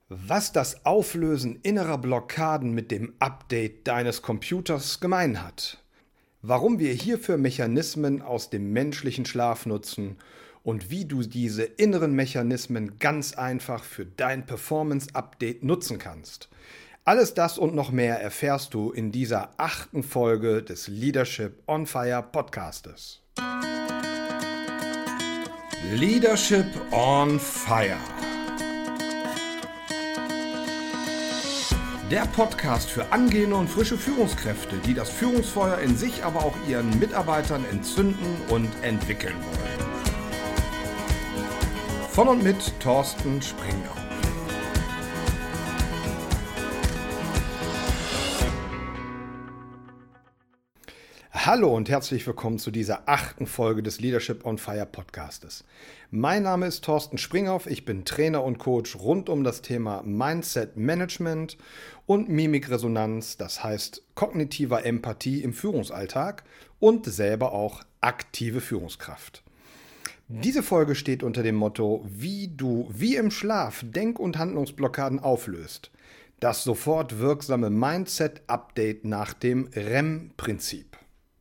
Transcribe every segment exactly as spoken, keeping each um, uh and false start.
Was das Auflösen innerer Blockaden mit dem Update deines Computers gemein hat. Warum wir hierfür Mechanismen aus dem menschlichen Schlaf nutzen und wie du diese inneren Mechanismen ganz einfach für dein Performance-Update nutzen kannst. Alles das und noch mehr erfährst du in dieser achten Folge des Leadership on Fire Podcastes. Leadership on Fire. Der Podcast für angehende und frische Führungskräfte, die das Führungsfeuer in sich, aber auch ihren Mitarbeitern entzünden und entwickeln wollen. Von und mit Thorsten Springau. Hallo und herzlich willkommen zu dieser achten Folge des Leadership on Fire Podcastes. Mein Name ist Thorsten Springhoff, ich bin Trainer und Coach rund um das Thema Mindset Management und Mimikresonanz, das heißt kognitiver Empathie im Führungsalltag und selber auch aktive Führungskraft. Diese Folge steht unter dem Motto, wie du wie im Schlaf Denk- und Handlungsblockaden auflöst. Das sofort wirksame Mindset-Update nach dem R E M-Prinzip.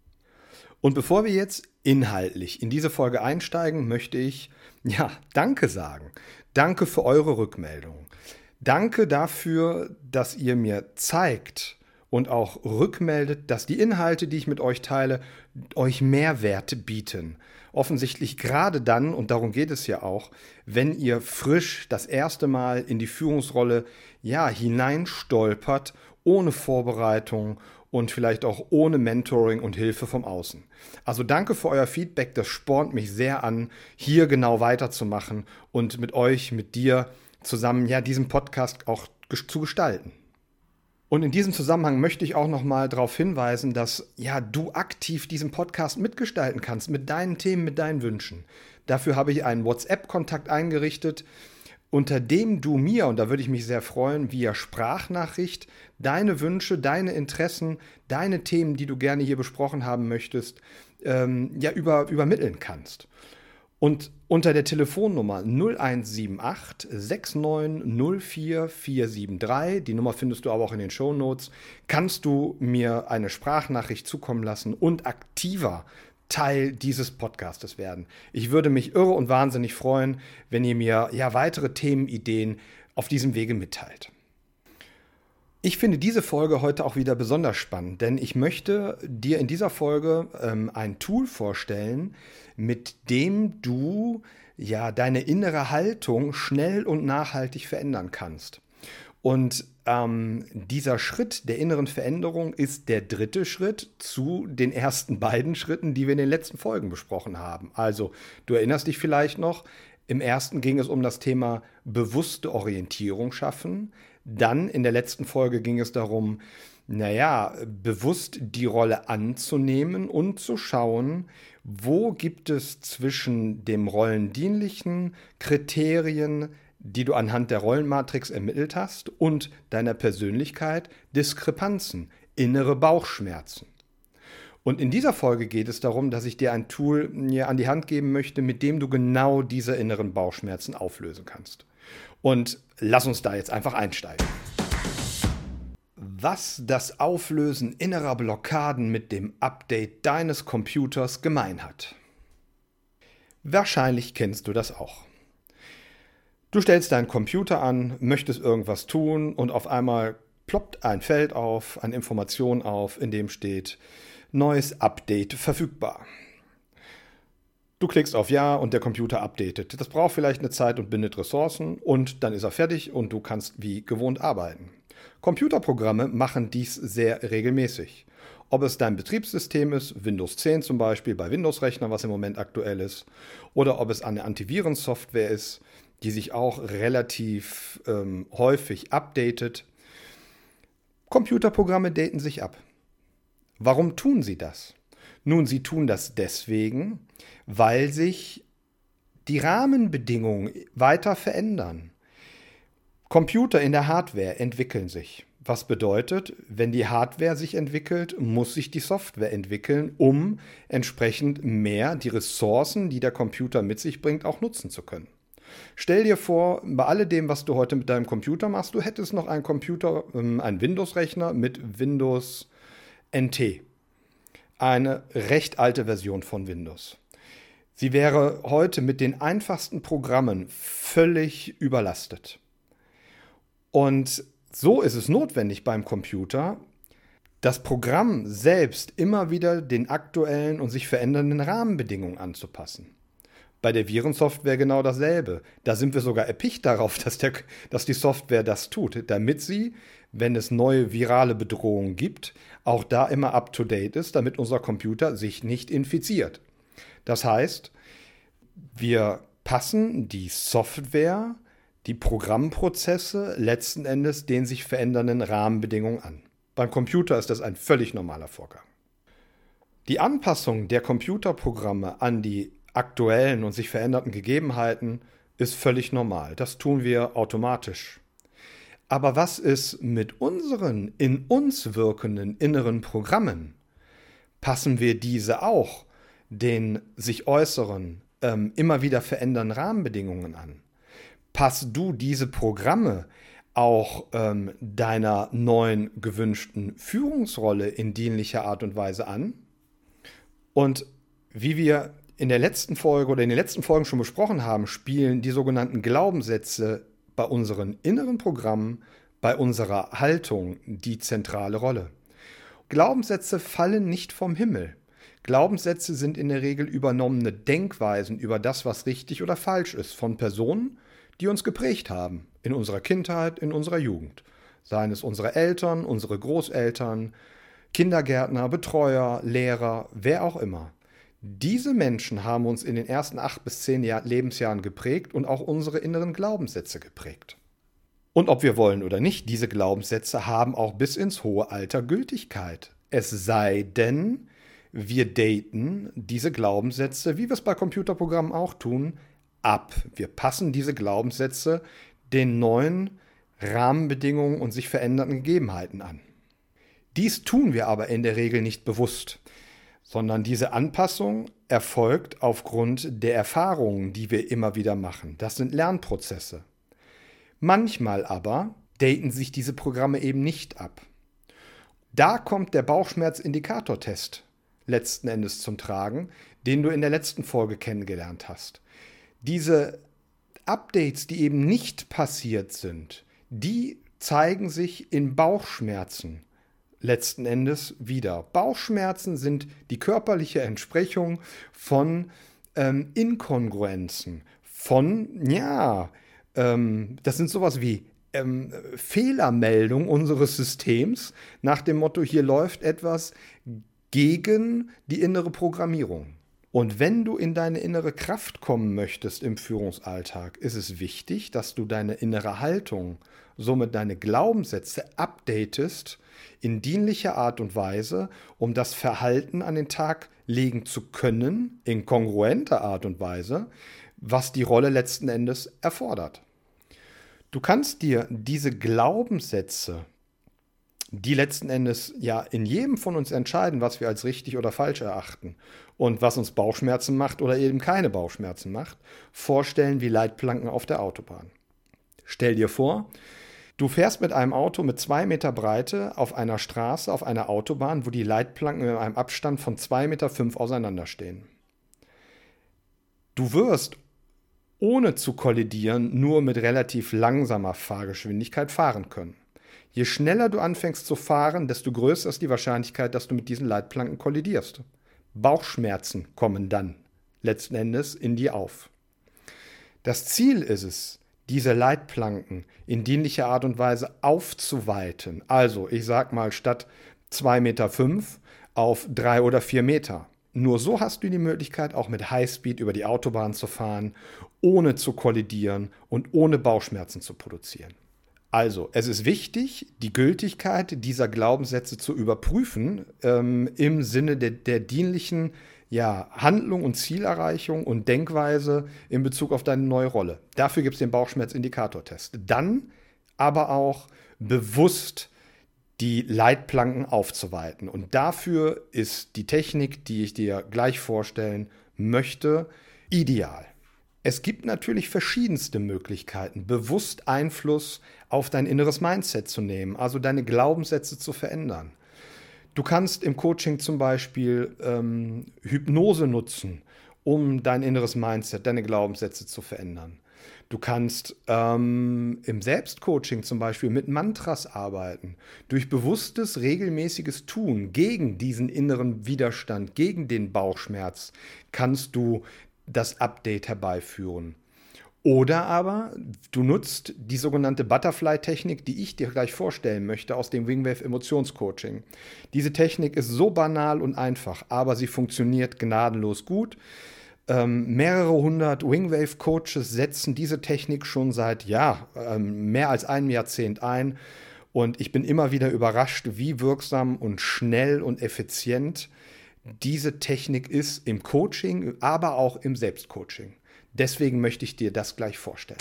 Und bevor wir jetzt inhaltlich in diese Folge einsteigen, möchte ich, ja, Danke sagen. Danke für eure Rückmeldung. Danke dafür, dass ihr mir zeigt und auch rückmeldet, dass die Inhalte, die ich mit euch teile, euch Mehrwert bieten. Offensichtlich gerade dann, und darum geht es ja auch, wenn ihr frisch das erste Mal in die Führungsrolle, ja, hineinstolpert, ohne Vorbereitung und vielleicht auch ohne Mentoring und Hilfe vom Außen. Also danke für euer Feedback, das spornt mich sehr an, hier genau weiterzumachen und mit euch, mit dir zusammen ja diesen Podcast auch zu gestalten. Und in diesem Zusammenhang möchte ich auch nochmal darauf hinweisen, dass ja du aktiv diesen Podcast mitgestalten kannst, mit deinen Themen, mit deinen Wünschen. Dafür habe ich einen WhatsApp-Kontakt eingerichtet, unter dem du mir, und da würde ich mich sehr freuen, via Sprachnachricht deine Wünsche, deine Interessen, deine Themen, die du gerne hier besprochen haben möchtest, ähm, ja über, übermitteln kannst. Und unter der Telefonnummer null eins sieben acht sechs neun null vier vier sieben drei, die Nummer findest du aber auch in den Shownotes, kannst du mir eine Sprachnachricht zukommen lassen und aktiver Teil dieses Podcastes werden. Ich würde mich irre und wahnsinnig freuen, wenn ihr mir ja weitere Themenideen auf diesem Wege mitteilt. Ich finde diese Folge heute auch wieder besonders spannend, denn ich möchte dir in dieser Folge ähm, ein Tool vorstellen, mit dem du ja deine innere Haltung schnell und nachhaltig verändern kannst. Und ähm, dieser Schritt der inneren Veränderung ist der dritte Schritt zu den ersten beiden Schritten, die wir in den letzten Folgen besprochen haben. Also, du erinnerst dich vielleicht noch, im ersten ging es um das Thema bewusste Orientierung schaffen. Dann in der letzten Folge ging es darum, naja, bewusst die Rolle anzunehmen und zu schauen, wo gibt es zwischen dem rollendienlichen Kriterien, die du anhand der Rollenmatrix ermittelt hast, und deiner Persönlichkeit Diskrepanzen, innere Bauchschmerzen. Und in dieser Folge geht es darum, dass ich dir ein Tool mir an die Hand geben möchte, mit dem du genau diese inneren Bauchschmerzen auflösen kannst. Und lass uns da jetzt einfach einsteigen. Was das Auflösen innerer Blockaden mit dem Update deines Computers gemein hat. Wahrscheinlich kennst du das auch. Du stellst deinen Computer an, möchtest irgendwas tun und auf einmal ploppt ein Feld auf, eine Information auf, in dem steht, neues Update verfügbar. Du klickst auf Ja und der Computer updatet. Das braucht vielleicht eine Zeit und bindet Ressourcen und dann ist er fertig und du kannst wie gewohnt arbeiten. Computerprogramme machen dies sehr regelmäßig. Ob es dein Betriebssystem ist, Windows zehn zum Beispiel, bei Windows-Rechnern, was im Moment aktuell ist, oder ob es eine Antivirensoftware ist, die sich auch relativ ähm, häufig updatet. Computerprogramme daten sich ab. Warum tun sie das? Nun, sie tun das deswegen, weil sich die Rahmenbedingungen weiter verändern. Computer in der Hardware entwickeln sich. Was bedeutet, wenn die Hardware sich entwickelt, muss sich die Software entwickeln, um entsprechend mehr die Ressourcen, die der Computer mit sich bringt, auch nutzen zu können. Stell dir vor, bei alledem, was du heute mit deinem Computer machst, du hättest noch einen Computer, ähm, einen Windows-Rechner mit Windows N T. Eine recht alte Version von Windows. Sie wäre heute mit den einfachsten Programmen völlig überlastet. Und so ist es notwendig beim Computer, das Programm selbst immer wieder den aktuellen und sich verändernden Rahmenbedingungen anzupassen. Bei der Virensoftware genau dasselbe. Da sind wir sogar erpicht darauf, dass, der, dass die Software das tut, damit sie, wenn es neue virale Bedrohungen gibt, auch da immer up-to-date ist, damit unser Computer sich nicht infiziert. Das heißt, wir passen die Software, die Programmprozesse letzten Endes den sich verändernden Rahmenbedingungen an. Beim Computer ist das ein völlig normaler Vorgang. Die Anpassung der Computerprogramme an die aktuellen und sich veränderten Gegebenheiten ist völlig normal. Das tun wir automatisch. Aber was ist mit unseren in uns wirkenden inneren Programmen? Passen wir diese auch den sich äußeren, ähm, immer wieder verändernden Rahmenbedingungen an? Passt du diese Programme auch ähm, deiner neuen gewünschten Führungsrolle in dienlicher Art und Weise an? Und wie wir in der letzten Folge oder in den letzten Folgen schon besprochen haben, spielen die sogenannten Glaubenssätze bei unseren inneren Programmen, bei unserer Haltung die zentrale Rolle. Glaubenssätze fallen nicht vom Himmel. Glaubenssätze sind in der Regel übernommene Denkweisen über das, was richtig oder falsch ist, von Personen, die uns geprägt haben, in unserer Kindheit, in unserer Jugend. Seien es unsere Eltern, unsere Großeltern, Kindergärtner, Betreuer, Lehrer, wer auch immer. Diese Menschen haben uns in den ersten acht bis zehn Jahr- Lebensjahren geprägt und auch unsere inneren Glaubenssätze geprägt. Und ob wir wollen oder nicht, diese Glaubenssätze haben auch bis ins hohe Alter Gültigkeit. Es sei denn, wir daten diese Glaubenssätze, wie wir es bei Computerprogrammen auch tun, ab. Wir passen diese Glaubenssätze den neuen Rahmenbedingungen und sich verändernden Gegebenheiten an. Dies tun wir aber in der Regel nicht bewusst, sondern diese Anpassung erfolgt aufgrund der Erfahrungen, die wir immer wieder machen. Das sind Lernprozesse. Manchmal aber daten sich diese Programme eben nicht ab. Da kommt der Bauchschmerzindikatortest letzten Endes zum Tragen, den du in der letzten Folge kennengelernt hast. Diese Updates, die eben nicht passiert sind, die zeigen sich in Bauchschmerzen letzten Endes wieder. Bauchschmerzen sind die körperliche Entsprechung von ähm, Inkongruenzen, von, ja, ähm, das sind sowas wie ähm, Fehlermeldung unseres Systems nach dem Motto, hier läuft etwas gegen die innere Programmierung. Und wenn du in deine innere Kraft kommen möchtest im Führungsalltag, ist es wichtig, dass du deine innere Haltung, somit deine Glaubenssätze updatest in dienlicher Art und Weise, um das Verhalten an den Tag legen zu können, in kongruenter Art und Weise, was die Rolle letzten Endes erfordert. Du kannst dir diese Glaubenssätze, die letzten Endes ja in jedem von uns entscheiden, was wir als richtig oder falsch erachten und was uns Bauchschmerzen macht oder eben keine Bauchschmerzen macht, vorstellen wie Leitplanken auf der Autobahn. Stell dir vor, du fährst mit einem Auto mit zwei Meter Breite auf einer Straße, auf einer Autobahn, wo die Leitplanken in einem Abstand von zwei Meter fünf auseinanderstehen. Du wirst, ohne zu kollidieren, nur mit relativ langsamer Fahrgeschwindigkeit fahren können. Je schneller du anfängst zu fahren, desto größer ist die Wahrscheinlichkeit, dass du mit diesen Leitplanken kollidierst. Bauchschmerzen kommen dann letzten Endes in dir auf. Das Ziel ist es, diese Leitplanken in dienlicher Art und Weise aufzuweiten. Also, ich sag mal, statt zwei Meter fünf auf drei oder vier Meter. Nur so hast du die Möglichkeit, auch mit Highspeed über die Autobahn zu fahren, ohne zu kollidieren und ohne Bauchschmerzen zu produzieren. Also, es ist wichtig, die Gültigkeit dieser Glaubenssätze zu überprüfen, ähm, im Sinne der, der dienlichen ja, Handlung und Zielerreichung und Denkweise in Bezug auf deine neue Rolle. Dafür gibt es den Bauchschmerzindikatortest. Dann aber auch bewusst die Leitplanken aufzuweiten. Und dafür ist die Technik, die ich dir gleich vorstellen möchte, ideal. Es gibt natürlich verschiedenste Möglichkeiten, bewusst Einfluss auf dein inneres Mindset zu nehmen, also deine Glaubenssätze zu verändern. Du kannst im Coaching zum Beispiel ähm, Hypnose nutzen, um dein inneres Mindset, deine Glaubenssätze zu verändern. Du kannst ähm, im Selbstcoaching zum Beispiel mit Mantras arbeiten. Durch bewusstes, regelmäßiges Tun gegen diesen inneren Widerstand, gegen den Bauchschmerz, kannst du das Update herbeiführen. Oder aber du nutzt die sogenannte Butterfly-Technik, die ich dir gleich vorstellen möchte aus dem Wingwave Emotionscoaching. Diese Technik ist so banal und einfach, aber sie funktioniert gnadenlos gut. Ähm, mehrere hundert Wingwave-Coaches setzen diese Technik schon seit ja, ähm, mehr als einem Jahrzehnt ein. Und ich bin immer wieder überrascht, wie wirksam und schnell und effizient diese Technik ist im Coaching, aber auch im Selbstcoaching. Deswegen möchte ich dir das gleich vorstellen.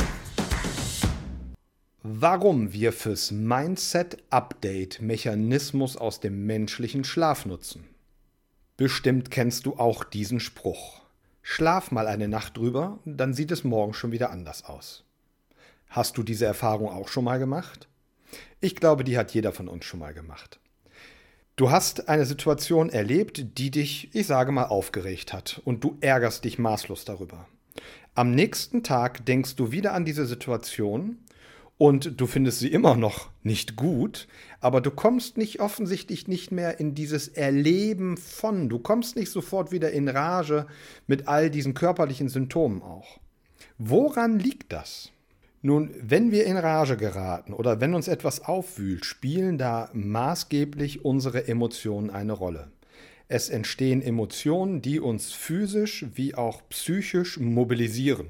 Warum wir fürs Mindset-Update Mechanismus aus dem menschlichen Schlaf nutzen. Bestimmt kennst du auch diesen Spruch. Schlaf mal eine Nacht drüber, dann sieht es morgen schon wieder anders aus. Hast du diese Erfahrung auch schon mal gemacht? Ich glaube, die hat jeder von uns schon mal gemacht. Du hast eine Situation erlebt, die dich, ich sage mal, aufgeregt hat und du ärgerst dich maßlos darüber. Am nächsten Tag denkst du wieder an diese Situation und du findest sie immer noch nicht gut, aber du kommst nicht offensichtlich nicht mehr in dieses Erleben von, du kommst nicht sofort wieder in Rage mit all diesen körperlichen Symptomen auch. Woran liegt das? Nun, wenn wir in Rage geraten oder wenn uns etwas aufwühlt, spielen da maßgeblich unsere Emotionen eine Rolle. Es entstehen Emotionen, die uns physisch wie auch psychisch mobilisieren.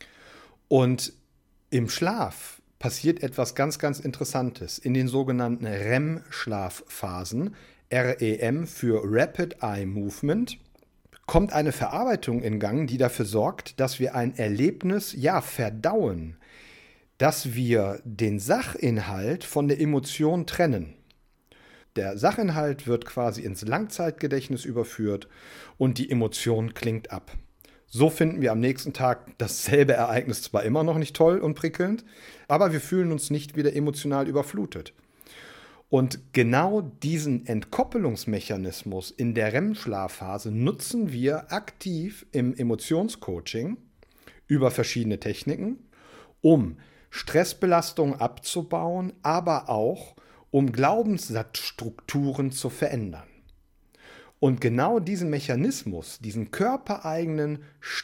Und im Schlaf passiert etwas ganz, ganz Interessantes. In den sogenannten R E M-Schlafphasen, R E M für Rapid Eye Movement, kommt eine Verarbeitung in Gang, die dafür sorgt, dass wir ein Erlebnis, ja, verdauen, dass wir den Sachinhalt von der Emotion trennen. Der Sachinhalt wird quasi ins Langzeitgedächtnis überführt und die Emotion klingt ab. So finden wir am nächsten Tag dasselbe Ereignis zwar immer noch nicht toll und prickelnd, aber wir fühlen uns nicht wieder emotional überflutet. Und genau diesen Entkoppelungsmechanismus in der R E M-Schlafphase nutzen wir aktiv im Emotionscoaching über verschiedene Techniken, um Stressbelastung abzubauen, aber auch um Glaubenssatzstrukturen zu verändern. Und genau diesen Mechanismus, diesen körpereigenen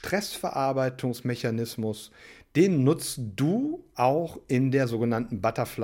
Stressverarbeitungsmechanismus, den nutzt du auch in der sogenannten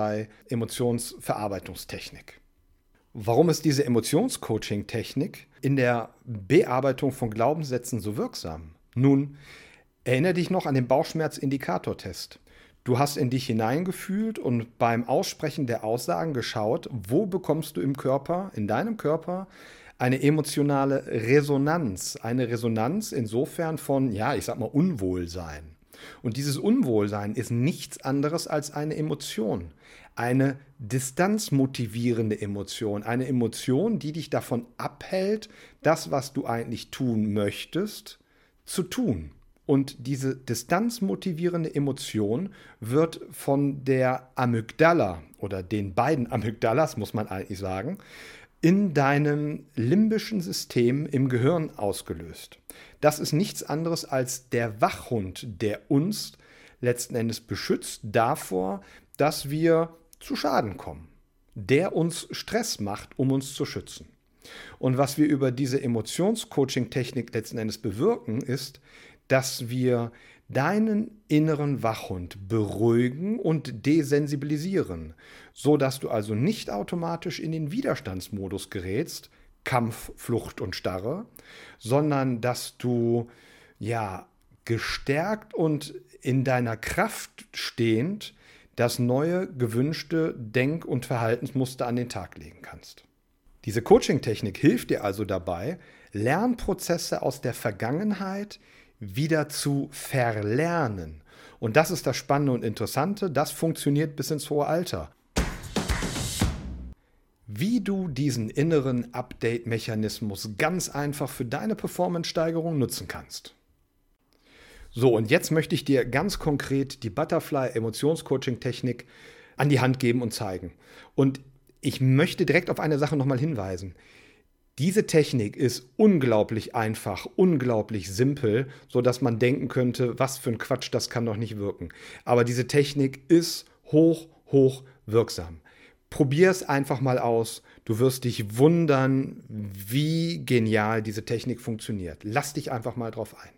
Butterfly-Emotionsverarbeitungstechnik. Warum ist diese Emotionscoaching-Technik in der Bearbeitung von Glaubenssätzen so wirksam? Nun, erinnere dich noch an den Bauchschmerz-Indikator-Test. Du hast in dich hineingefühlt und beim Aussprechen der Aussagen geschaut, wo bekommst du im Körper, in deinem Körper, eine emotionale Resonanz. Eine Resonanz insofern von, ja, ich sag mal, Unwohlsein. Und dieses Unwohlsein ist nichts anderes als eine Emotion. Eine distanzmotivierende Emotion. Eine Emotion, die dich davon abhält, das, was du eigentlich tun möchtest, zu tun. Und diese distanzmotivierende Emotion wird von der Amygdala oder den beiden Amygdalas, muss man eigentlich sagen, in deinem limbischen System im Gehirn ausgelöst. Das ist nichts anderes als der Wachhund, der uns letzten Endes beschützt davor, dass wir zu Schaden kommen, der uns Stress macht, um uns zu schützen. Und was wir über diese Emotionscoaching-Technik letzten Endes bewirken, ist, dass wir deinen inneren Wachhund beruhigen und desensibilisieren, so dass du also nicht automatisch in den Widerstandsmodus gerätst, Kampf, Flucht und Starre, sondern dass du ja gestärkt und in deiner Kraft stehend das neue gewünschte Denk- und Verhaltensmuster an den Tag legen kannst. Diese Coaching-Technik hilft dir also dabei, Lernprozesse aus der Vergangenheit wieder zu verlernen. Und das ist das Spannende und Interessante, das funktioniert bis ins hohe Alter. Wie du diesen inneren Update-Mechanismus ganz einfach für deine Performance-Steigerung nutzen kannst. So, und jetzt möchte ich dir ganz konkret die Butterfly-Emotionscoaching-Technik an die Hand geben und zeigen. Und ich möchte direkt auf eine Sache nochmal hinweisen. Diese Technik ist unglaublich einfach, unglaublich simpel, sodass man denken könnte, was für ein Quatsch, das kann doch nicht wirken. Aber diese Technik ist hoch, hoch wirksam. Probier es einfach mal aus. Du wirst dich wundern, wie genial diese Technik funktioniert. Lass dich einfach mal drauf ein.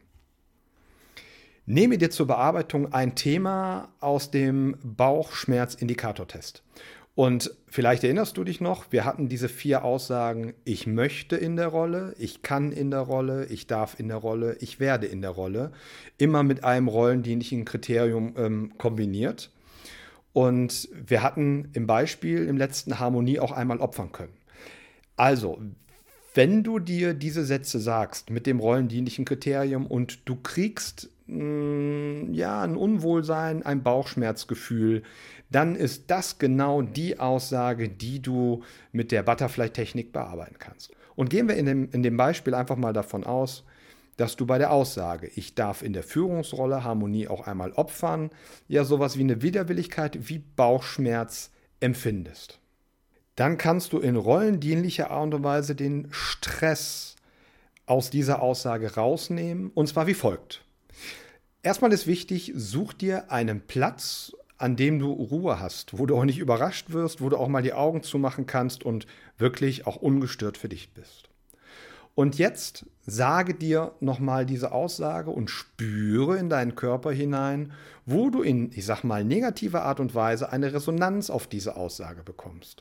Nehme dir zur Bearbeitung ein Thema aus dem Bauchschmerzindikatortest. Und vielleicht erinnerst du dich noch, wir hatten diese vier Aussagen: Ich möchte in der Rolle, ich kann in der Rolle, ich darf in der Rolle, ich werde in der Rolle. Immer mit einem rollendienlichen Kriterium ähm, kombiniert. Und wir hatten im Beispiel im letzten Harmonie auch einmal opfern können. Also, wenn du dir diese Sätze sagst mit dem rollendienlichen Kriterium und du kriegst mh, ja ein Unwohlsein, ein Bauchschmerzgefühl, dann ist das genau die Aussage, die du mit der Butterfly-Technik bearbeiten kannst. Und gehen wir in dem, in dem Beispiel einfach mal davon aus, dass du bei der Aussage, ich darf in der Führungsrolle Harmonie auch einmal opfern, ja sowas wie eine Widerwilligkeit, wie Bauchschmerz empfindest. Dann kannst du in rollendienlicher Art und Weise den Stress aus dieser Aussage rausnehmen, und zwar wie folgt. Erstmal ist wichtig, such dir einen Platz, an dem du Ruhe hast, wo du auch nicht überrascht wirst, wo du auch mal die Augen zumachen kannst und wirklich auch ungestört für dich bist. Und jetzt sage dir nochmal diese Aussage und spüre in deinen Körper hinein, wo du in, ich sag mal, negativer Art und Weise eine Resonanz auf diese Aussage bekommst.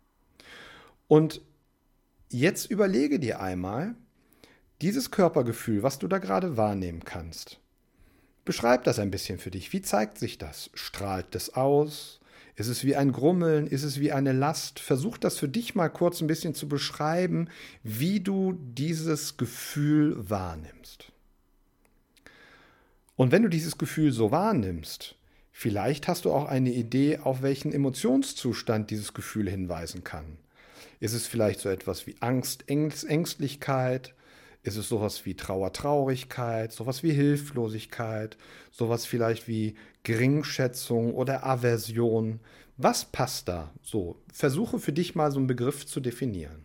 Und jetzt überlege dir einmal, dieses Körpergefühl, was du da gerade wahrnehmen kannst, beschreib das ein bisschen für dich. Wie zeigt sich das? Strahlt das aus? Ist es wie ein Grummeln? Ist es wie eine Last? Versuch das für dich mal kurz ein bisschen zu beschreiben, wie du dieses Gefühl wahrnimmst. Und wenn du dieses Gefühl so wahrnimmst, vielleicht hast du auch eine Idee, auf welchen Emotionszustand dieses Gefühl hinweisen kann. Ist es vielleicht so etwas wie Angst, Ängstlichkeit? Ist es sowas wie Trauer, Traurigkeit, sowas wie Hilflosigkeit, sowas vielleicht wie Geringschätzung oder Aversion? Was passt da? So, versuche für dich mal so einen Begriff zu definieren.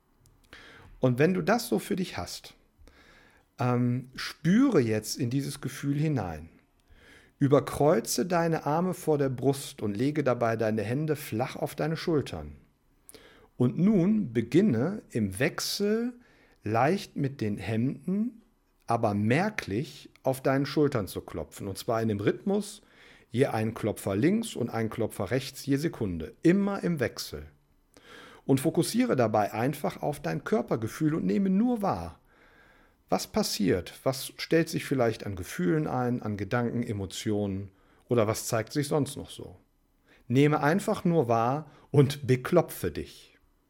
Und wenn du das so für dich hast, ähm, spüre jetzt in dieses Gefühl hinein. Überkreuze deine Arme vor der Brust und lege dabei deine Hände flach auf deine Schultern. Und nun beginne im Wechsel leicht mit den Händen, aber merklich auf deinen Schultern zu klopfen. Und zwar in dem Rhythmus, je ein Klopfer links und ein Klopfer rechts je Sekunde. Immer im Wechsel. Und fokussiere dabei einfach auf dein Körpergefühl und nehme nur wahr. Was passiert? Was stellt sich vielleicht an Gefühlen ein, an Gedanken, Emotionen oder was zeigt sich sonst noch so? Nehme einfach nur wahr und beklopfe dich.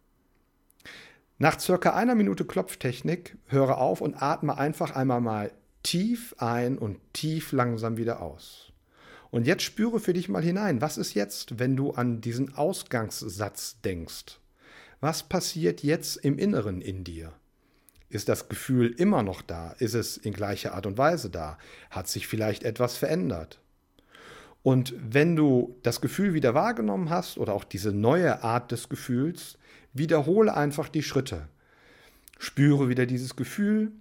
Nach circa einer Minute Klopftechnik höre auf und atme einfach einmal mal tief ein und tief langsam wieder aus. Und jetzt spüre für dich mal hinein, was ist jetzt, wenn du an diesen Ausgangssatz denkst? Was passiert jetzt im Inneren in dir? Ist das Gefühl immer noch da? Ist es in gleicher Art und Weise da? Hat sich vielleicht etwas verändert? Und wenn du das Gefühl wieder wahrgenommen hast oder auch diese neue Art des Gefühls, wiederhole einfach die Schritte. Spüre wieder dieses Gefühl,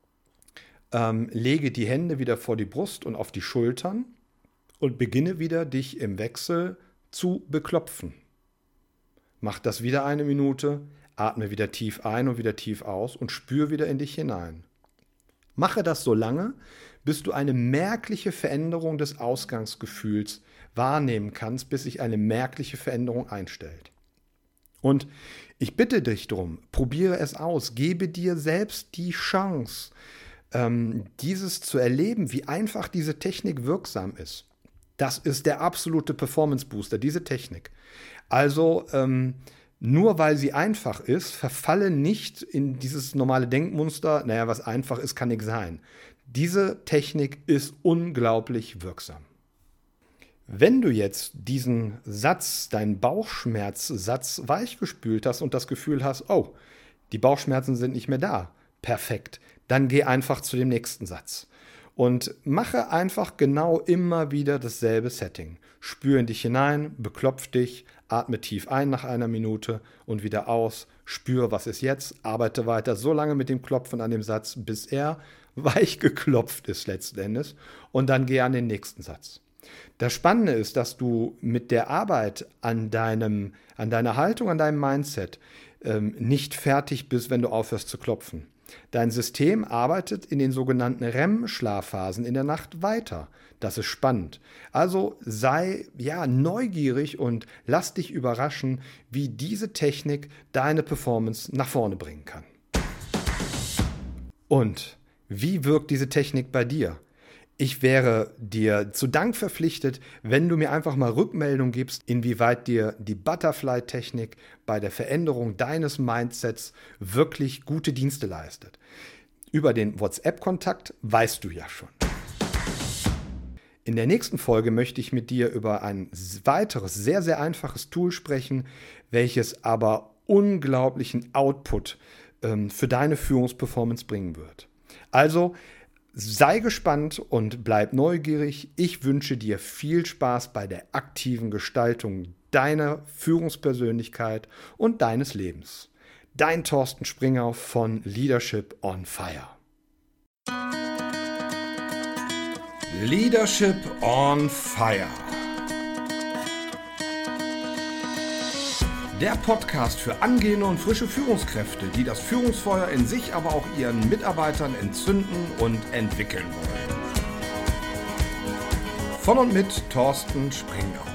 ähm, lege die Hände wieder vor die Brust und auf die Schultern und beginne wieder, dich im Wechsel zu beklopfen. Mach das wieder eine Minute, atme wieder tief ein und wieder tief aus und spür wieder in dich hinein. Mache das so lange, bis du eine merkliche Veränderung des Ausgangsgefühls wahrnehmen kannst, bis sich eine merkliche Veränderung einstellt. Und ich bitte dich darum, probiere es aus, gebe dir selbst die Chance, ähm, dieses zu erleben, wie einfach diese Technik wirksam ist. Das ist der absolute Performance-Booster, diese Technik. Also ähm, nur weil sie einfach ist, verfalle nicht in dieses normale Denkmuster, naja, was einfach ist, kann nicht sein. Diese Technik ist unglaublich wirksam. Wenn du jetzt diesen Satz, deinen Bauchschmerzsatz weichgespült hast und das Gefühl hast, oh, die Bauchschmerzen sind nicht mehr da, perfekt, dann geh einfach zu dem nächsten Satz. Und mache einfach genau immer wieder dasselbe Setting. Spür in dich hinein, beklopf dich, atme tief ein nach einer Minute und wieder aus. Spür, was ist jetzt, arbeite weiter so lange mit dem Klopfen an dem Satz, bis er weich geklopft ist letzten Endes. Und dann geh an den nächsten Satz. Das Spannende ist, dass du mit der Arbeit an, deinem, an deiner Haltung, an deinem Mindset ähm, nicht fertig bist, wenn du aufhörst zu klopfen. Dein System arbeitet in den sogenannten R E M-Schlafphasen in der Nacht weiter. Das ist spannend. Also sei ja neugierig und lass dich überraschen, wie diese Technik deine Performance nach vorne bringen kann. Und wie wirkt diese Technik bei dir? Ich wäre dir zu Dank verpflichtet, wenn du mir einfach mal Rückmeldung gibst, inwieweit dir die Butterfly-Technik bei der Veränderung deines Mindsets wirklich gute Dienste leistet. Über den WhatsApp-Kontakt weißt du ja schon. In der nächsten Folge möchte ich mit dir über ein weiteres, sehr, sehr einfaches Tool sprechen, welches aber unglaublichen Output ähm, für deine Führungsperformance bringen wird. Also, sei gespannt und bleib neugierig. Ich wünsche dir viel Spaß bei der aktiven Gestaltung deiner Führungspersönlichkeit und deines Lebens. Dein Thorsten Springau von Leadership on Fire. Leadership on Fire. Der Podcast für angehende und frische Führungskräfte, die das Führungsfeuer in sich, aber auch ihren Mitarbeitern entzünden und entwickeln wollen. Von und mit Thorsten Springau.